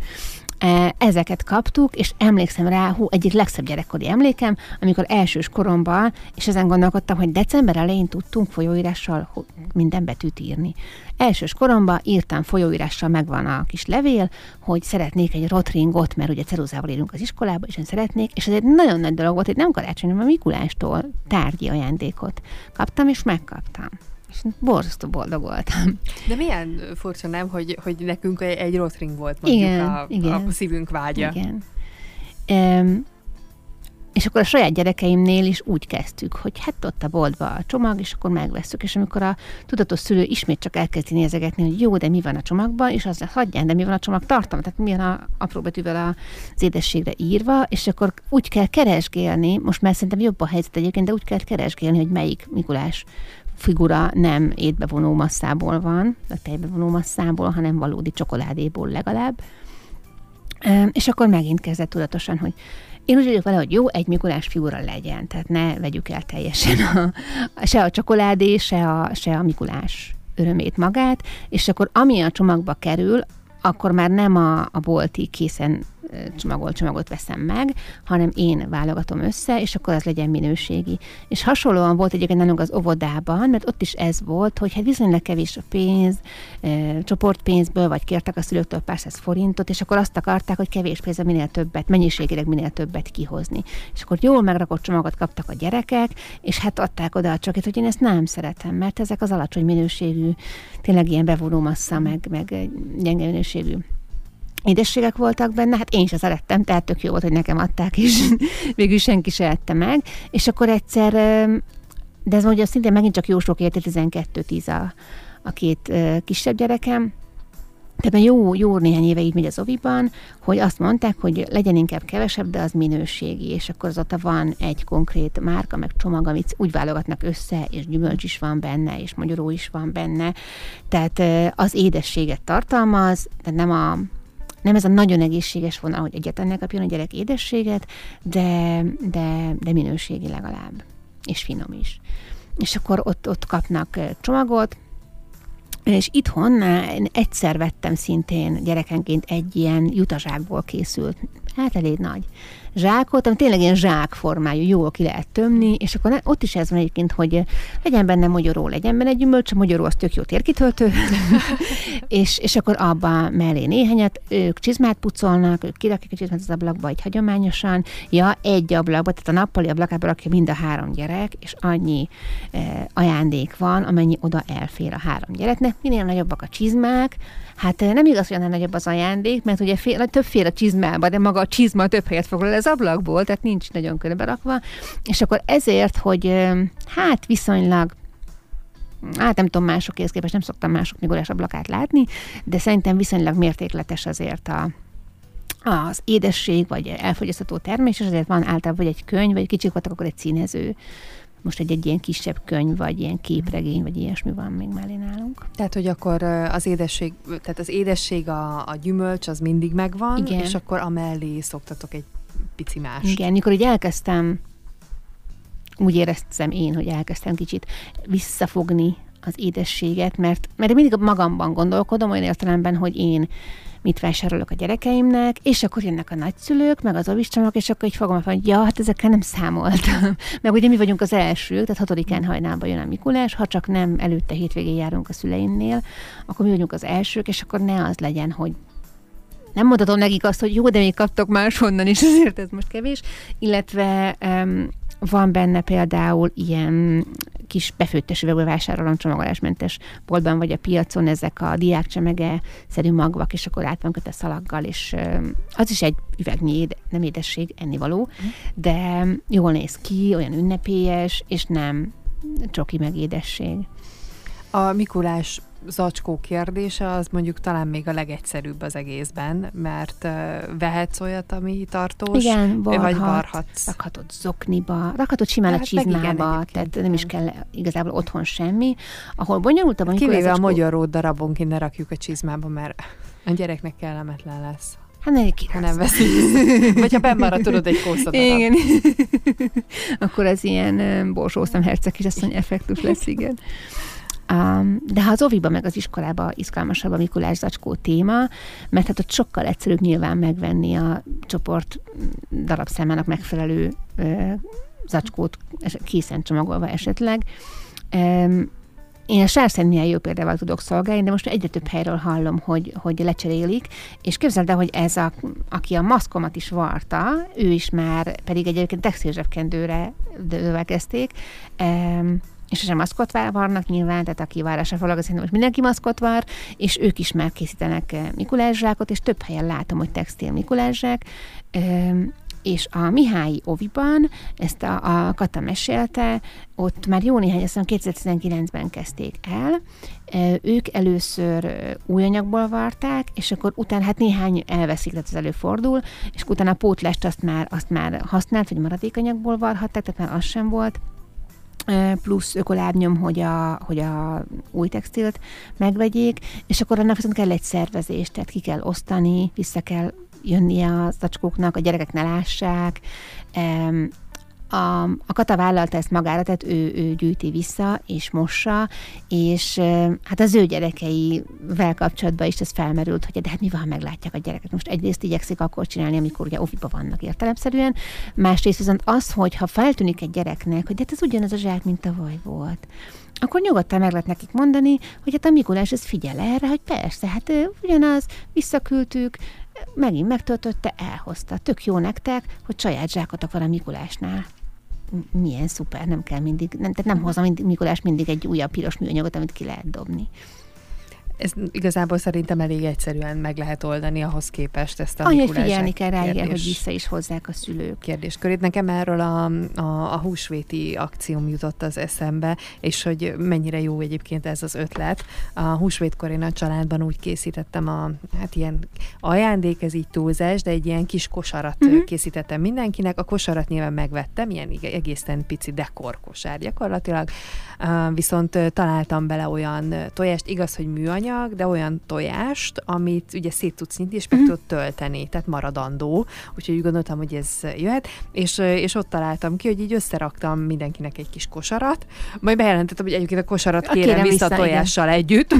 Ezeket kaptuk, és emlékszem rá, hú, egyik legszebb gyerekkori emlékem, amikor elsős koromban, és ezen gondolkodtam, hogy december elején tudtunk folyóírással minden betűt írni. Elsős koromban írtam folyóírással, megvan a kis levél, hogy szeretnék egy rotringot, mert ugye ceruzával írunk az iskolába, és én szeretnék, és ez egy nagyon nagy dolog volt, hogy nem karácsony, hanem a Mikulástól tárgyi ajándékot kaptam, és megkaptam. És borzasztó boldog voltam.
De milyen furcsa, nem, hogy, hogy nekünk egy rotring volt mondjuk igen, a, igen, a szívünk vágya.
Igen. Um, és akkor a saját gyerekeimnél is úgy kezdtük, hogy hát ott a boltba a csomag, és akkor megvesszük. És amikor a tudatos szülő ismét csak elkezdi nézegetni, hogy jó, de mi van a csomagban, és az hagyján, de mi van a csomag tartalma, tehát milyen a apró betűvel az édességre írva, és akkor úgy kell keresgélni, most már szerintem jobb a helyzet egyébként, de úgy kell keresgélni, hogy melyik Mikulás figura nem étbevonó masszából van, vagy tejbevonó masszából, hanem valódi csokoládéból legalább. És akkor megint kezdett tudatosan, hogy én úgy vagyok vele, hogy jó, egy Mikulás figura legyen, tehát ne vegyük el teljesen a, se a csokoládé, se a, se a Mikulás örömét magát, és akkor ami a csomagba kerül, akkor már nem a, a bolti készen csomagolt csomagot veszem meg, hanem én válogatom össze, és akkor az legyen minőségi. És hasonlóan volt egyébként nálunk az óvodában, mert ott is ez volt, hogy hát viszonylag kevés a pénz, e, csoportpénzből, vagy kértek a szülőktől pár száz forintot, és akkor azt akarták, hogy kevés pénzzel minél többet, mennyiségileg minél többet kihozni. És akkor jól megrakott csomagot kaptak a gyerekek, és hát adták oda a csokit, hogy én ezt nem szeretem, mert ezek az alacsony minőségű, tényleg ilyen bevonó massza, meg, meg gyenge minőségű édességek voltak benne, hát én sem szerettem, tehát tök jó volt, hogy nekem adták, és végül senki se ette meg. És akkor egyszer, de ez ugye szintén megint csak jó sok érte, tizenkettő tíz a, a két kisebb gyerekem, tehát jó, jó néhány éve így megy az oviban, hogy azt mondták, hogy legyen inkább kevesebb, de az minőségi, és akkor azóta van egy konkrét márka, meg csomag, amit úgy válogatnak össze, és gyümölcs is van benne, és mogyoró is van benne, tehát az édességet tartalmaz, tehát nem a Nem ez a nagyon egészséges vonal, hogy egyáltalán ne kapjon a gyerek édességet, de, de, de minőségi legalább, és finom is. És akkor ott, ott kapnak csomagot, és itthon egyszer vettem szintén gyerekenként egy ilyen jutazsákból készült, hát elég nagy zsákot, ami tényleg ilyen zsákformájú, jól ki lehet tömni, és akkor ne, ott is ez van egyébként, hogy legyen benne mogyoró, legyen benne gyümölcs, a mogyoró az tök jó térkitöltő, és, és akkor abba mellé néhányat, ők csizmát pucolnak, ők kirakják a csizmát az ablakba, így hagyományosan, ja, egy ablakba, tehát a nappali ablakába rakja mind a három gyerek, és annyi eh, ajándék van, amennyi oda elfér a három gyereknek. Minél nagyobbak a csizmák, hát nem igaz, hogy annál nagyobb az ajándék, mert ugye fél, több fér a csizmába, de maga a csizma több helyet foglal az ablakból, tehát nincs nagyon körberakva, és akkor ezért, hogy hát viszonylag, hát nem tudom másokhoz képest, nem szoktam mások Mikulás ablakát látni, de szerintem viszonylag mértékletes azért a az édesség, vagy elfogyasztható termés, és azért van általában vagy egy könyv, vagy kicsik voltak, akkor egy színező. Most egy, egy ilyen kisebb könyv, vagy ilyen képregény, vagy ilyesmi van még mellé nálunk.
Tehát, hogy akkor az édesség, tehát az édesség, a, a gyümölcs, az mindig megvan, igen. És akkor amellé szoktatok egy pici más.
Igen, mikor így elkezdtem, úgy éreztem én, hogy elkezdtem kicsit visszafogni az édességet, mert, mert mindig magamban gondolkodom olyan értelemben, hogy én mit vásárolok a gyerekeimnek, és akkor jönnek a nagyszülők, meg az oviscsomagok, és akkor így fogom, hogy ja, hát ezekkel nem számoltam. Meg ugye mi vagyunk az elsők, tehát hatodikán hajnalban jön a Mikulás, ha csak nem előtte hétvégén járunk a szüleimnél, akkor mi vagyunk az elsők, és akkor ne az legyen, hogy nem mondhatom nekik azt, hogy jó, de még kaptok máshonnan is, azért ez most kevés, illetve um, van benne például ilyen kis befőttes üvegbe vásárolom csomagolásmentes boltban vagy a piacon, ezek a diákcsemege-szerű magvak, és akkor át van kötve szalaggal, és az is egy üvegnyi, éde, nem édesség, ennivaló, de jól néz ki, olyan ünnepélyes, és nem csoki meg édesség.
A Mikulás zacskó kérdése az mondjuk talán még a legegyszerűbb az egészben, mert uh, vehetsz olyat, ami tartós,
igen, varhat,
vagy varhatsz.
Rakhatod zokniba, rakhatod simán
hát
a csizmába, tehát nem is kell igazából otthon semmi. Ahol bonyolultabb a Mikulás
Kivéve
zacskó...
a magyarót darabonként ne rakjuk a csizmába, mert a gyereknek kellemetlen lesz.
Hát ne,
ha nem veszi. Vagy ha benn marad, tudod, egy kósza darab.
Igen. Akkor az ilyen borsószem herceg kisasszony effektus lesz, igen. Um, de ha az oviba meg az iskolába izgalmasabb a Mikulás zacskó téma, mert hát ott sokkal egyszerűbb nyilván megvenni a csoport darabszámának megfelelő uh, zacskót, készen csomagolva esetleg. Um, Én a Sárszent Mihály jó példával tudok szolgálni, de most egyre több helyről hallom, hogy, hogy lecserélik, és képzeld el, hogy ez, a, aki a maszkomat is varta, ő is már, pedig egyébként textil zsebkendőre dövekezték, um, és sem maszkot varnak nyilván, tehát aki várásra foglalkozik, szerintem most mindenki maszkot var, és ők is már készítenek Mikulás-zsákot, és több helyen látom, hogy textil Mikulás-zsák, és a Mihályi oviban, ezt a, a Kata mesélte, ott már jó néhány, azt hiszem kétezer-tizenkilencben kezdték el, ők először új anyagból varták, és akkor utána hát néhány elveszik, tehát az előfordul, és utána a pótlást azt már, azt már használt, vagy maradékanyagból varhatták, tehát már az sem volt, plusz ökolábnyom, hogy a, hogy a új textilt megvegyék, és akkor annak viszont kell egy szervezés, tehát ki kell osztani, vissza kell jönnie a zacskóknak, a gyerekek ne lássák. A, a Kata vállalta ezt magára, tehát ő, ő gyűjti vissza, és mossa, és hát az ő gyerekeivel kapcsolatban is ez felmerült, hogy de hát mi van, ha meglátják a gyerekek. Most egyrészt igyekszik akkor csinálni, amikor ugye oviba vannak értelemszerűen, másrészt viszont az, hogy ha feltűnik egy gyereknek, hogy de hát ez ugyanaz a zsák, mint tavaly volt, akkor nyugodtan meg lehet nekik mondani, hogy hát a Mikulás ez figyel erre, hogy persze, hát ugyanaz, visszaküldtük, megint megtöltötte, elhozta. Tök jó nektek, hogy saját zsákotok van a Mikulásnál. Milyen szuper, nem kell mindig, nem, tehát nem hozom mindig, Mikulás mindig egy újabb piros műanyagot, amit ki lehet dobni.
Ez igazából szerintem elég egyszerűen meg lehet oldani ahhoz képest ezt a
Annyi,
Mikulás
figyelni kell rá,
kérdés,
hogy vissza is hozzák a szülők.
Kérdéskörét. Nekem erről a, a, a húsvéti akcióm jutott az eszembe, és hogy mennyire jó egyébként ez az ötlet. A húsvétkor én a családban úgy készítettem a, hát ilyen ajándék, ez így túlzás, de egy ilyen kis kosarat uh-huh. készítettem mindenkinek. A kosarat nyilván megvettem, ilyen egészen pici dekorkosár gyakorlatilag, uh, viszont találtam bele olyan tojást, igaz, hogy műanyag, de olyan tojást, amit ugye szét tudsz nyitni, és meg mm. tudod tölteni, tehát maradandó. Úgyhogy úgy gondoltam, hogy ez jöhet, és, és ott találtam ki, hogy így összeraktam mindenkinek egy kis kosarat, majd bejelentettem, hogy egyébként a kosarat kérem, kérem vissza, vissza tojással igen. együtt.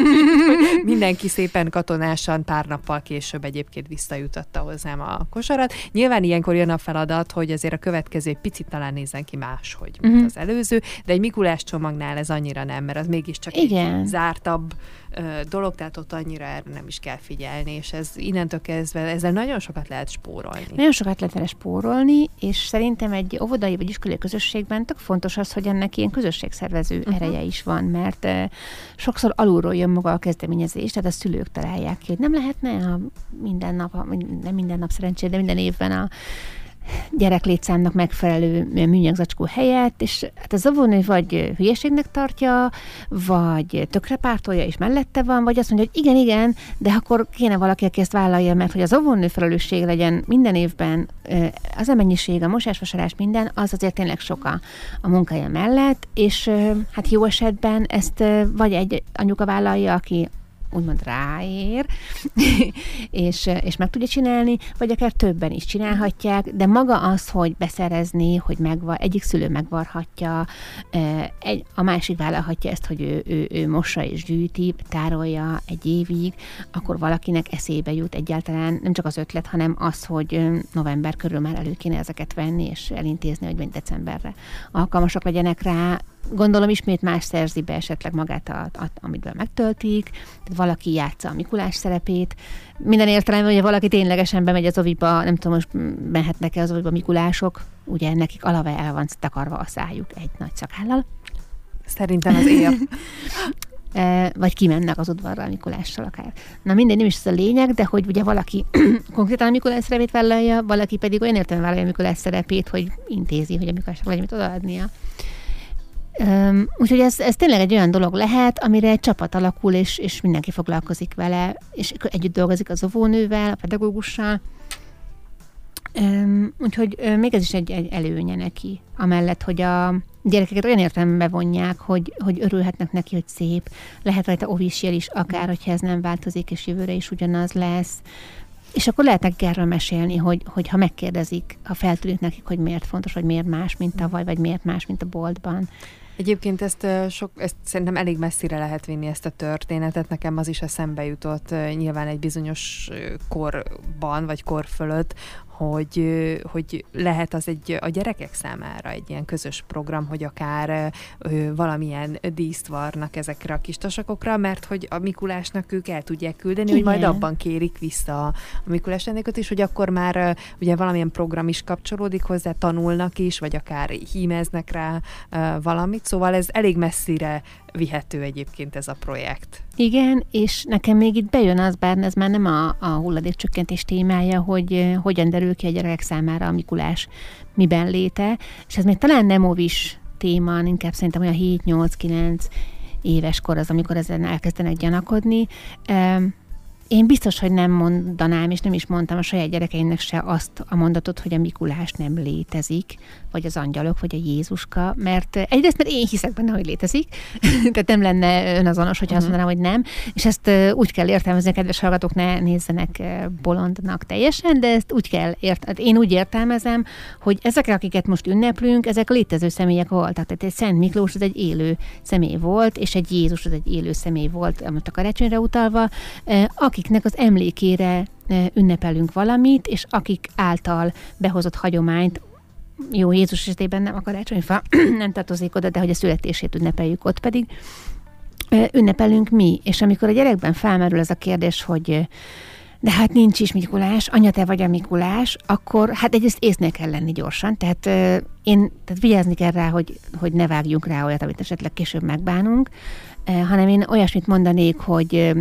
Mindenki szépen katonásan pár nappal később egyébként visszajutatta hozzám a kosarat. Nyilván ilyenkor jön a feladat, hogy azért a következő egy picit talán nézzen ki máshogy, mint mm. az előző, de egy Mikulás csomagnál ez annyira nem, mert az mégiscsak igen. egy zártabb dolog, tehát ott annyira erre nem is kell figyelni, és ez innentől kezdve, ezzel nagyon sokat lehet spórolni. Nagyon
sokat lehet vele spórolni, és szerintem egy óvodai vagy iskolai közösségben tök fontos az, hogy ennek ilyen közösségszervező uh-huh. ereje is van, mert uh, sokszor alulról jön maga a kezdeményezés, tehát a szülők találják ki, hogy nem lehetne a minden nap, a, nem minden nap szerencsére, de minden évben a gyereklétszámnak megfelelő műanyagzacskó helyett, és hát az óvónő vagy hülyeségnek tartja, vagy tökre pártolja, és mellette van, vagy azt mondja, hogy igen, igen, de akkor kéne valaki, aki ezt vállalja, mert hogy az óvónő felelősség legyen minden évben, az a mennyiség, a mosásvasarás, minden, az azért tényleg sok a, a munkája mellett, és hát jó esetben ezt vagy egy anyuka vállalja, aki úgymond ráér, és, és meg tudja csinálni, vagy akár többen is csinálhatják, de maga az, hogy beszerezni, hogy megvar, egyik szülő megvarhatja, egy, a másik vállalhatja ezt, hogy ő, ő, ő mossa és gyűjti, tárolja egy évig, akkor valakinek eszébe jut egyáltalán nem csak az ötlet, hanem az, hogy november körül már elő kéne ezeket venni, és elintézni, hogy decemberre alkalmasak legyenek rá. Gondolom ismét más szerzi be esetleg magát, a, a, amitből megtöltik, tehát valaki játsza a Mikulás szerepét. Minden értelemben, hogy valaki ténylegesen bemegy az oviba, nem tudom, most mehetnek-e az oviba Mikulások, ugye nekik alave el van takarva a szájuk egy nagy szakállal.
Szerintem az él.
Vagy kimennek az udvarra a Mikulással akár. Na mindegy, nem is ez a lényeg, de hogy ugye valaki konkrétan a Mikulás szerepét vállalja, valaki pedig olyan értelemben vállalja a Mikulás szerepét, hogy intézi, hogy a Mikulásnak legyen mit odaadnia. Um, úgyhogy ez, ez tényleg egy olyan dolog lehet, amire egy csapat alakul, és, és mindenki foglalkozik vele, és együtt dolgozik az óvónővel, a pedagógussal. Um, úgyhogy um, még ez is egy, egy előnye neki, amellett, hogy a gyerekeket olyan értelemben vonják, hogy, hogy örülhetnek neki, hogy szép. Lehet rajta óvisjel is, akár, hogyha ez nem változik, és jövőre is ugyanaz lesz. És akkor lehet nekik erről mesélni, hogy, hogy ha megkérdezik, ha feltűnik nekik, hogy miért fontos, vagy miért más, mint tavaly, vagy miért más, mint a boltban.
Egyébként ezt, sok, ezt szerintem elég messzire lehet vinni, ezt a történetet. Nekem az is eszembe jutott nyilván egy bizonyos korban, vagy kor fölött, hogy, hogy lehet az egy a gyerekek számára egy ilyen közös program, hogy akár ö, valamilyen díszt varnak ezekre a kis tasakokra, mert hogy a Mikulásnak ők el tudják küldeni, igen, hogy majd abban kérik vissza a Mikulás ajándékot is, hogy akkor már ugye valamilyen program is kapcsolódik hozzá, tanulnak is, vagy akár hímeznek rá ö, valamit, szóval ez elég messzire vihető egyébként ez a projekt.
Igen, és nekem még itt bejön az, bár ez már nem a, a hulladékcsökkentés témája, hogy hogyan derül ki a gyerekek számára a Mikulás miben léte, és ez még talán nem óvis téma, inkább szerintem olyan hét nyolc kilenc éves kor az, amikor ezen elkezdenek gyanakodni. Én biztos, hogy nem mondanám, és nem is mondtam a saját gyerekeimnek se azt a mondatot, hogy a Mikulás nem létezik, vagy az angyalok, vagy a Jézuska, mert egyrészt, mert én hiszek benne, hogy létezik, tehát nem lenne önazonos, hogyha uh-huh. azt mondanám, hogy nem, és ezt úgy kell értelmezni, kedves hallgatók, ne nézzenek bolondnak teljesen, de ezt úgy kell értelmezni. Én úgy értelmezem, hogy ezek, akiket most ünneplünk, ezek létező személyek voltak. Tehát egy Szent Miklós az egy élő személy volt, és egy Jézus az egy élő személy volt, most a karácsonyra utalva, akiknek az emlékére ünnepelünk valamit, és akik által behozott hagyományt, jó, Jézus esetében nem a karácsonyfa nem tartozik oda, de hogy a születését ünnepeljük, ott pedig ünnepelünk mi. És amikor a gyerekben felmerül ez a kérdés, hogy de hát nincs is Mikulás, anya, te vagy a Mikulás, akkor hát egyrészt észnél kell lenni gyorsan, tehát uh, én tehát vigyázni kell rá, hogy, hogy ne vágjunk rá olyat, amit esetleg később megbánunk, uh, hanem én olyasmit mondanék, hogy uh,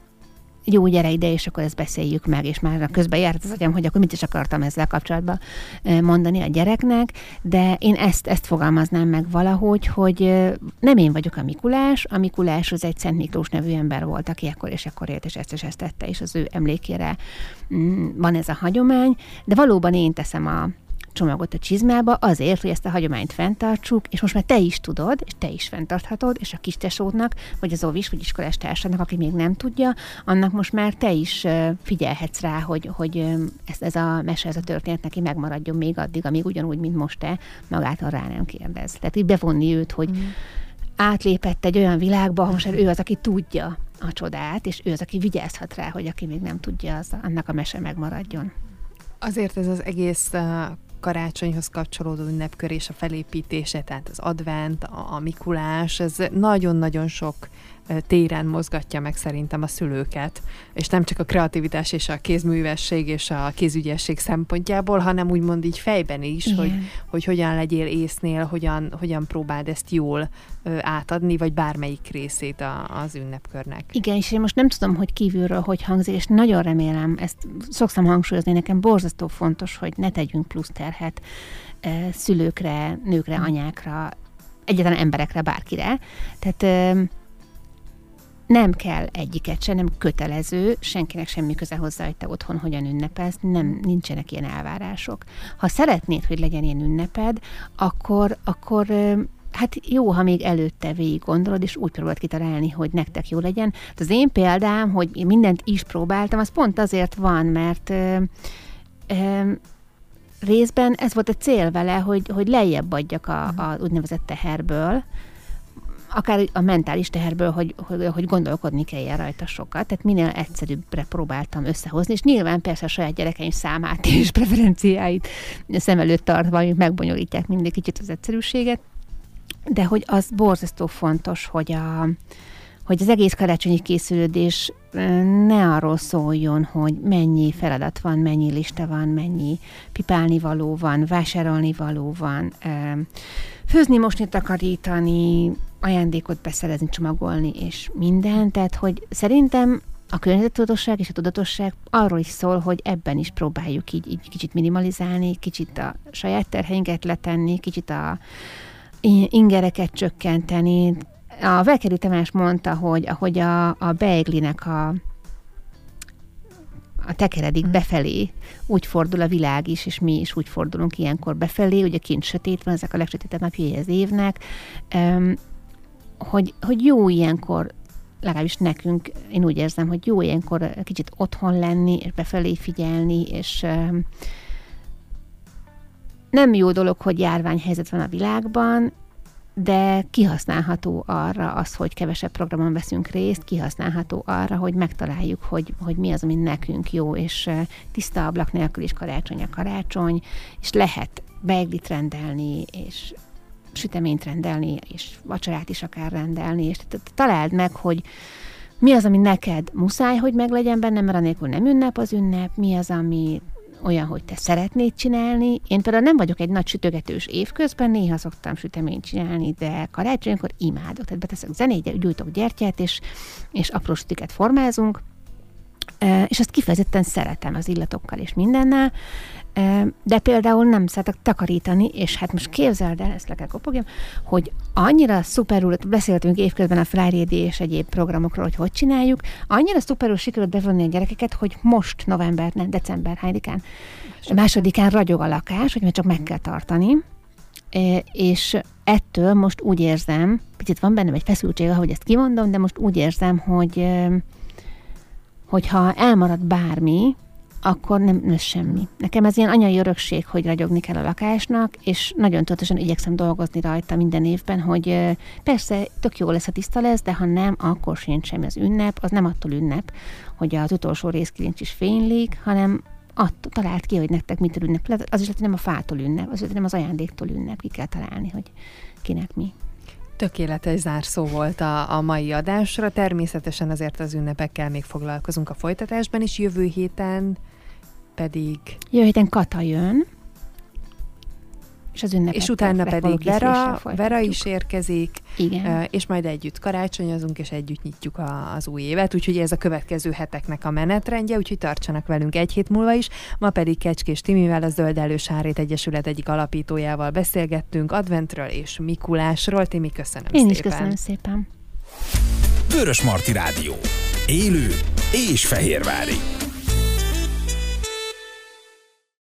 jó, gyere ide, és akkor ezt beszéljük meg, és már közben járt az agyam, hogy akkor mit is akartam ezzel kapcsolatban mondani a gyereknek, de én ezt, ezt fogalmaznám meg valahogy, hogy nem én vagyok a Mikulás, a Mikulás az egy Szent Miklós nevű ember volt, aki ekkor és ekkor élt, és ezt és ezt tette, és az ő emlékére van ez a hagyomány, de valóban én teszem a csomagot a csizmába azért, hogy ezt a hagyományt fenntartsuk, és most már te is tudod, és te is fenntarthatod, és a kistesódnak, vagy az óvis, vagy iskolás társadnak, aki még nem tudja, annak most már te is figyelhetsz rá, hogy, hogy ez, ez a mese, ez a történet neki megmaradjon még addig, amíg ugyanúgy, mint most te, magától rá nem kérdez. Tehát így bevonni őt, hogy mm. átlépett egy olyan világba, most ő az, aki tudja a csodát, és ő az, aki vigyázhat rá, hogy aki még nem tudja, az, annak a mese megmaradjon.
Azért ez az egész uh, karácsonyhoz kapcsolódó ünnepkör és a felépítése, tehát az advent, a, a Mikulás, ez nagyon-nagyon sok uh, téren mozgatja meg szerintem a szülőket, és nem csak a kreativitás és a kézművesség és a kézügyesség szempontjából, hanem úgymond így fejben is, hogy, hogy hogyan legyél észnél, hogyan, hogyan próbáld ezt jól uh, átadni, vagy bármelyik részét a, az ünnepkörnek.
Igen, és én most nem tudom, hogy kívülről hogy hangzik, és nagyon remélem, ezt szoktam hangsúlyozni, nekem borzasztó fontos, hogy ne tegyünk plusz terhet uh, szülőkre, nőkre, anyákra, egyáltalán emberekre, bárkire. Tehát uh, nem kell egyiket se, nem kötelező, senkinek semmi köze hozzá, hogy te otthon hogyan ünnepelsz, nem, nincsenek ilyen elvárások. Ha szeretnéd, hogy legyen ilyen ünneped, akkor, akkor hát jó, ha még előtte végig gondolod, és úgy próbálod kitalálni, hogy nektek jó legyen. Az én példám, hogy én mindent is próbáltam, az pont azért van, mert ö, ö, részben ez volt a cél vele, hogy, hogy lejjebb adjak a, a úgynevezett teherből, akár a mentális teherből, hogy, hogy, hogy gondolkodni kelljen rajta sokat. Tehát minél egyszerűbbre próbáltam összehozni, és nyilván persze a saját gyerekeim számát és preferenciáit szem előtt tartva, amik megbonyolítják mindig kicsit az egyszerűséget, de hogy az borzasztó fontos, hogy a, hogy az egész karácsonyi készülődés ne arról szóljon, hogy mennyi feladat van, mennyi lista van, mennyi pipálnivaló van, vásárolnivaló van, főzni, mosni, takarítani, ajándékot beszerezni, csomagolni, és minden. Tehát, hogy szerintem a környezettudatosság és a tudatosság arról is szól, hogy ebben is próbáljuk így, így kicsit minimalizálni, kicsit a saját terheinket letenni, kicsit a ingereket csökkenteni. A Velkeri Tamás mondta, hogy ahogy a, a beiglinek a, a tekeredik befelé, úgy fordul a világ is, és mi is úgy fordulunk ilyenkor befelé, ugye kint sötét van, ezek a legsötétebb napjai az évnek, hogy, hogy jó ilyenkor, legalábbis nekünk, én úgy érzem, hogy jó ilyenkor kicsit otthon lenni, és befelé figyelni, és nem jó dolog, hogy járványhelyzet van a világban, de kihasználható arra az, hogy kevesebb programon veszünk részt, kihasználható arra, hogy megtaláljuk, hogy, hogy mi az, ami nekünk jó, és tiszta ablak nélkül is karácsony a karácsony, és lehet beiglit rendelni, és süteményt rendelni, és vacsorát is akár rendelni, és találd meg, hogy mi az, ami neked muszáj, hogy meglegyen benne, mert anélkül nem ünnep az ünnep, mi az, ami olyan, hogy te szeretnéd csinálni. Én például nem vagyok egy nagy sütögetős évközben, néha szoktam süteményt csinálni, de karácsonykor imádok. Tehát beteszek zenét, gyújtok gyertyát, és, és apró sütiket formázunk, és azt kifejezetten szeretem az illatokkal és mindennel, de például nem szeretek takarítani, és hát most képzeld el, ezt le kell kopogjam, hogy annyira szuperül, beszéltünk évközben a Frájrédi és egyéb programokról, hogy hogy csináljuk, annyira szuperül sikerült bevonni a gyerekeket, hogy most november, nem, december hányadikán, másodikán ragyog a lakás, hogy már csak meg kell tartani, és ettől most úgy érzem, picit van bennem egy feszültség, ahogy ezt kimondom, de most úgy érzem, hogy hogyha elmarad bármi, akkor nem lesz semmi. Nekem ez ilyen anyai örökség, hogy ragyogni kell a lakásnak, és nagyon tudatosan igyekszem dolgozni rajta minden évben, hogy persze tök jó lesz, ha tiszta lesz, de ha nem, akkor sincs semmi az ünnep. Az nem attól ünnep, hogy az utolsó részkilincs is fénylik, hanem attól talált ki, hogy nektek mitől ünnep. Az is lehet, hogy nem a fától ünnep, az is nem az ajándéktól ünnep. Ki kell találni, hogy kinek mi.
Tökéletes zárszó volt a, a mai adásra. Természetesen azért az ünnepekkel még foglalkozunk a folytatásban is. Jövő héten pedig...
Jövő héten Kata jön, és az ünnepekkel.
És utána pedig Vera, Vera is érkezik.
Igen.
És majd együtt karácsonyozunk, és együtt nyitjuk a, az új évet. Úgyhogy ez a következő heteknek a menetrendje, úgyhogy tartsanak velünk egy hét múlva is. Ma pedig Kecskés Timivel, a Zöld Elősárét Egyesület egyik alapítójával beszélgettünk adventről és Mikulásról. Timi, köszönöm
Én
szépen.
Én is köszönöm szépen.
Vörösmarty Rádió. Élő és fehérvári.